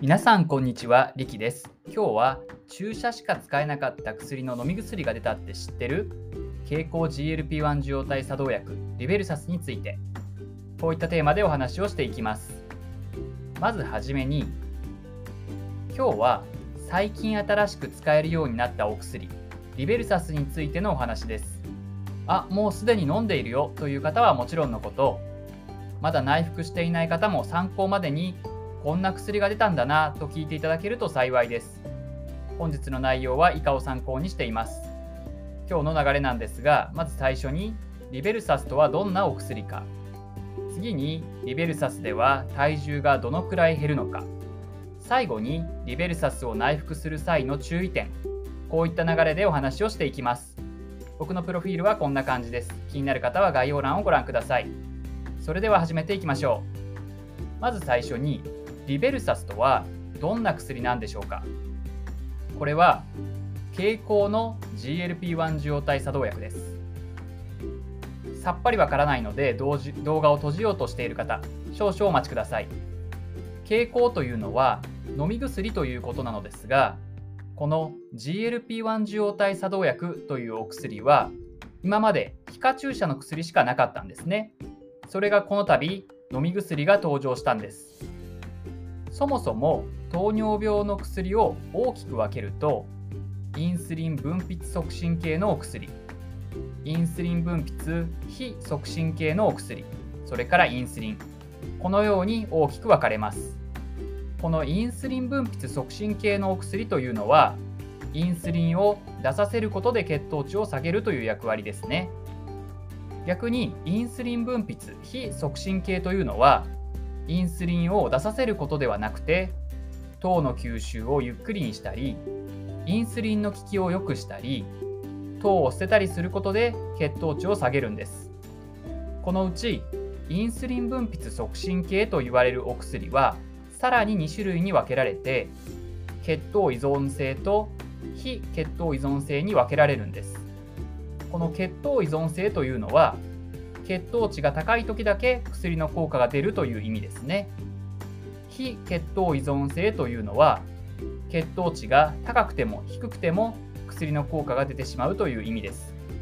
皆さんこんにちは、リキです。今日は注射しか使えなかった薬の飲み薬が出たって知ってる？経口 GLP-1 受容体作動薬リベルサスについて、こういったテーマでお話をしていきます。まずはじめに、今日は最近新しく使えるようになったお薬リベルサスについてのお話です。もうすでに飲んでいるよという方はもちろんのこと、まだ内服していない方も参考までにこんな薬が出たんだなと聞いていただけると幸いです。本日の内容は以下を参考にしています。今日の流れなんですが、まず最初にリベルサスとはどんなお薬か、次にリベルサスでは体重がどのくらい減るのか、最後にリベルサスを内服する際の注意点、こういった流れでお話をしていきます。僕のプロフィールはこんな感じです。気になる方は概要欄をご覧ください。それでは始めていきましょう。まず最初にリベルサスとはどんな薬なんでしょうか。これは経口の GLP-1 受容体作動薬です。さっぱりわからないので動画を閉じようとしている方、少々お待ちください。経口というのは飲み薬ということなのですが、この GLP-1 受容体作動薬というお薬は今まで皮下注射の薬しかなかったんですね。それがこの度飲み薬が登場したんです。そもそも糖尿病の薬を大きく分けると、インスリン分泌促進系のお薬、インスリン分泌非促進系のお薬、それからインスリン、このように大きく分かれます。このインスリン分泌促進系のお薬というのは、インスリンを出させることで血糖値を下げるという役割ですね。逆にインスリン分泌非促進系というのは、インスリンを出させることではなくて、糖の吸収をゆっくりにしたり、インスリンの効きを良くしたり、糖を捨てたりすることで血糖値を下げるんです。このうちインスリン分泌促進系と言われるお薬はさらに2種類に分けられて、血糖依存性と非血糖依存性に分けられるんです。この血糖依存性というのは、血糖値が高い時だけ薬の効果が出るという意味ですね。非血糖依存性というのは、血糖値が高くても低くても薬の効果が出てしまうという意味です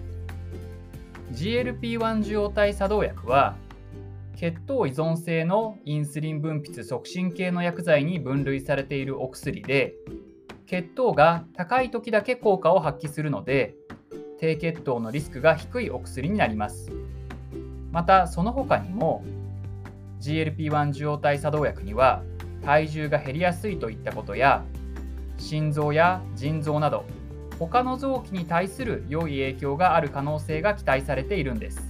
。GLP-1 受容体作動薬は、血糖依存性のインスリン分泌促進系の薬剤に分類されているお薬で、血糖が高い時だけ効果を発揮するので、低血糖のリスクが低いお薬になります。またその他にも GLP-1 受容体作動薬には体重が減りやすいといったことや、心臓や腎臓など他の臓器に対する良い影響がある可能性が期待されているんです。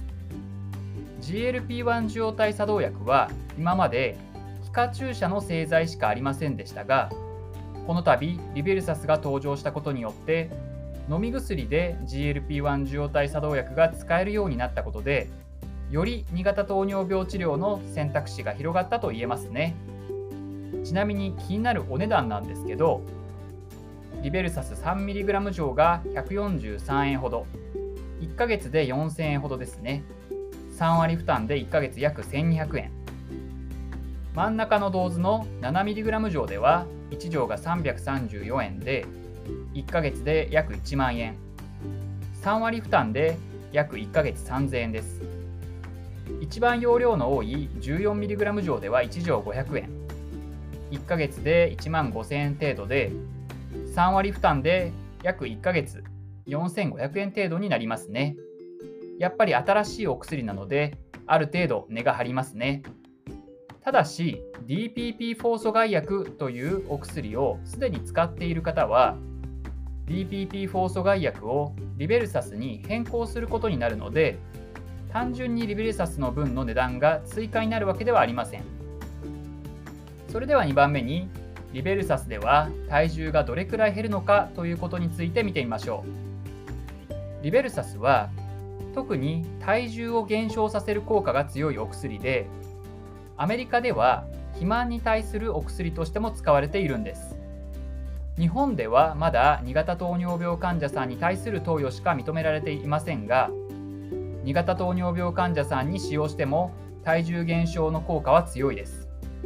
GLP-1 受容体作動薬は今まで皮下注射の製剤しかありませんでしたが、この度リベルサスが登場したことによって飲み薬で GLP-1 受容体作動薬が使えるようになったことで、より2型糖尿病治療の選択肢が広がったと言えますね。ちなみに気になるお値段なんですけど、リベルサス 3mg 錠が143円ほど、1ヶ月で4000円ほどですね。3割負担で1ヶ月約1200円。真ん中のドーズの 7mg 錠では1錠が334円で、1ヶ月で約1万円。3割負担で約1ヶ月3000円です。一番容量の多い 14mg 錠では1錠500円。1ヶ月で1万5000円程度で、3割負担で約1ヶ月4500円程度になりますね。やっぱり新しいお薬なので、ある程度値が張りますね。ただし DPP-4 阻害薬というお薬をすでに使っている方は、DPP-4 阻害薬をリベルサスに変更することになるので、単純にリベルサスの分の値段が追加になるわけではありません。それでは2番目に、リベルサスでは体重がどれくらい減るのかということについて見てみましょう。リベルサスは特に体重を減少させる効果が強いお薬で、アメリカでは肥満に対するお薬としても使われているんです。日本ではまだ2型糖尿病患者さんに対する投与しか認められていませんが、2型糖尿病患者さんに使用しても体重減少の効果は強いです。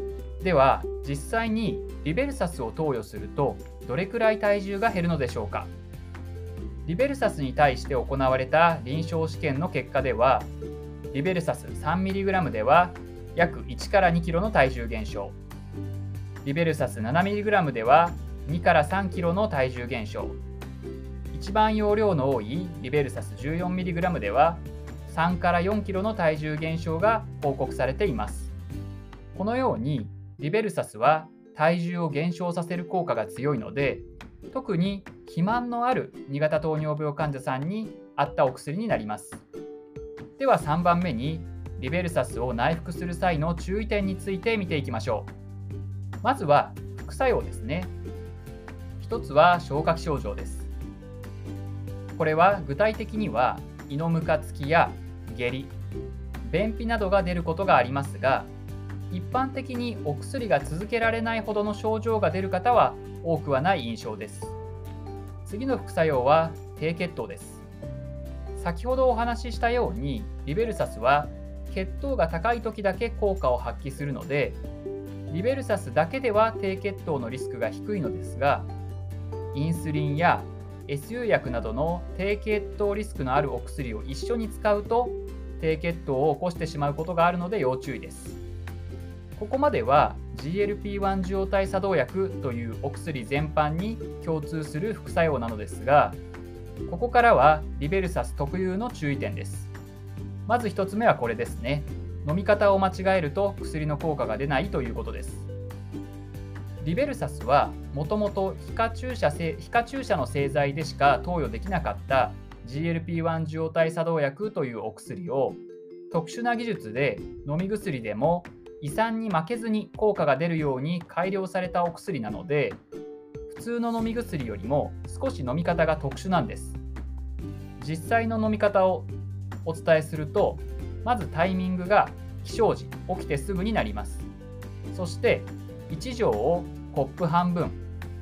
では実際にリベルサスを投与するとどれくらい体重が減るのでしょうか。リベルサスに対して行われた臨床試験の結果では、リベルサス 3mg では約1から2 kgの体重減少、リベルサス 7mg では2から3 kgの体重減少、一番容量の多いリベルサス 14mg では3から4 kgの体重減少が報告されています。このようにリベルサスは体重を減少させる効果が強いので、特に肥満のある2型糖尿病患者さんに合ったお薬になります。では3番目にリベルサスを内服する際の注意点について見ていきましょう。まずは副作用ですね。一つは消化器症状です。これは具体的には胃のむかつきや下痢、便秘などが出ることがありますが、一般的にお薬が続けられないほどの症状が出る方は多くはない印象です。次の副作用は低血糖です。先ほどお話ししたようにリベルサスは血糖が高い時だけ効果を発揮するので、リベルサスだけでは低血糖のリスクが低いのですが、インスリンや SU 薬などの低血糖リスクのあるお薬を一緒に使うと低血糖を起こしてしまうことがあるので要注意です。ここまでは GLP-1 受容体作動薬というお薬全般に共通する副作用なのですが、ここからはリベルサス特有の注意点です。まず1つ目はこれですね。飲み方を間違えると薬の効果が出ないということです。リベルサスはもともと皮下注射の製剤でしか投与できなかった GLP-1 受容体作動薬というお薬を特殊な技術で飲み薬でも胃酸に負けずに効果が出るように改良されたお薬なので、普通の飲み薬よりも少し飲み方が特殊なんです。実際の飲み方をお伝えすると、まずタイミングが起床時、起きてすぐになります。そして1錠をコップ半分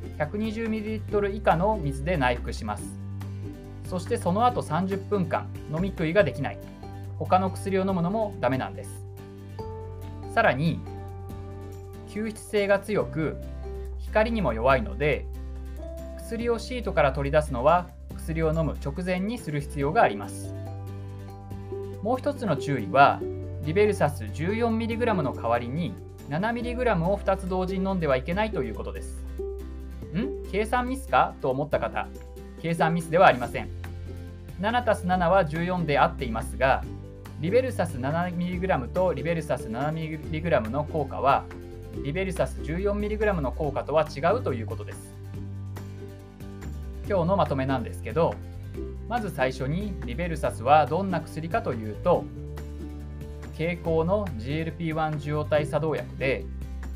120ml 以下の水で内服します。そしてその後30分間飲み食いができない、他の薬を飲むのもダメなんです。さらに吸湿性が強く光にも弱いので、薬をシートから取り出すのは薬を飲む直前にする必要があります。もう一つの注意は、リベルサス 14mg の代わりに 7mg を2つ同時に飲んではいけないということです。計算ミスかと思った方、計算ミスではありません。7+7 は14で合っていますが、リベルサス 7mg とリベルサス 7mg の効果はリベルサス 14mg の効果とは違うということです。今日のまとめなんですけど、まず最初にリベルサスはどんな薬かというと、経口の GLP-1 受容体作動薬で、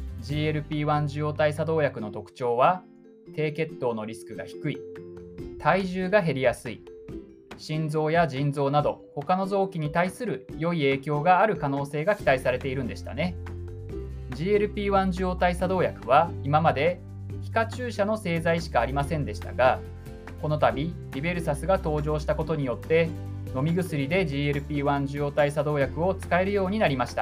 GLP-1 受容体作動薬の特徴は低血糖のリスクが低い、体重が減りやすい、心臓や腎臓など他の臓器に対する良い影響がある可能性が期待されているんでしたね。 GLP-1 受容体作動薬は今まで皮下注射の製剤しかありませんでしたが、この度リベルサスが登場したことによって飲み薬で GLP-1 受容体作動薬を使えるようになりました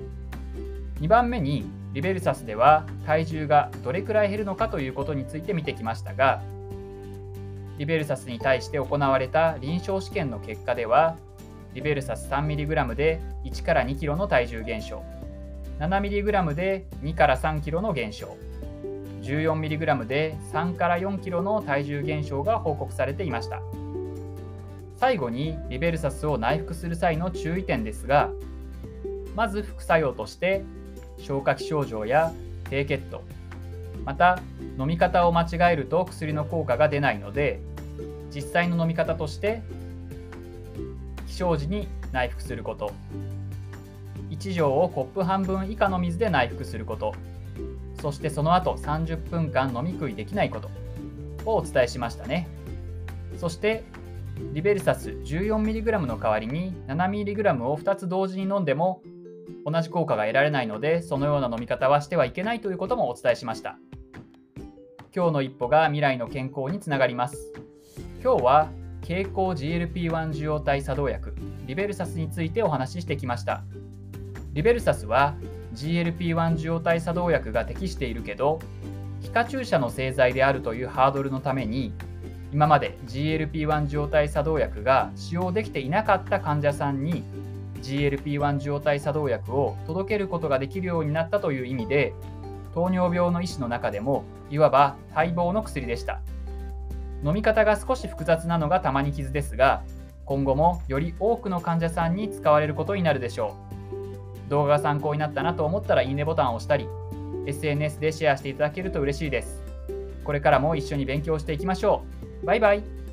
。2番目にリベルサスでは体重がどれくらい減るのかということについて見てきましたが、リベルサスに対して行われた臨床試験の結果では、リベルサス 3mg で1から2 kg の体重減少、7mg で2から3 kg の減少、14mg で3から4 kg の体重減少が報告されていました。最後にリベルサスを内服する際の注意点ですが、まず副作用として消化器症状や低血糖、また飲み方を間違えると薬の効果が出ないので、実際の飲み方として起床時に内服すること、1錠をコップ半分以下の水で内服すること、そしてその後30分間飲み食いできないことをお伝えしましたね。そしてリベルサス 14mg の代わりに 7mg を2つ同時に飲んでも同じ効果が得られないので、そのような飲み方はしてはいけないということもお伝えしました。今日の一歩が未来の健康につながります。今日は経口 GLP-1 受容体作動薬リベルサスについてお話ししてきました。リベルサスは GLP-1 受容体作動薬が適しているけど、皮下注射の製剤であるというハードルのために、今まで GLP-1 受容体作動薬が使用できていなかった患者さんに GLP-1 受容体作動薬を届けることができるようになったという意味で、糖尿病の医師の中でもいわば待望の薬でした。飲み方が少し複雑なのが玉にきずですが、今後もより多くの患者さんに使われることになるでしょう。動画が参考になったなと思ったらいいねボタンを押したり、SNS でシェアしていただけると嬉しいです。これからも一緒に勉強していきましょう。バイバイ。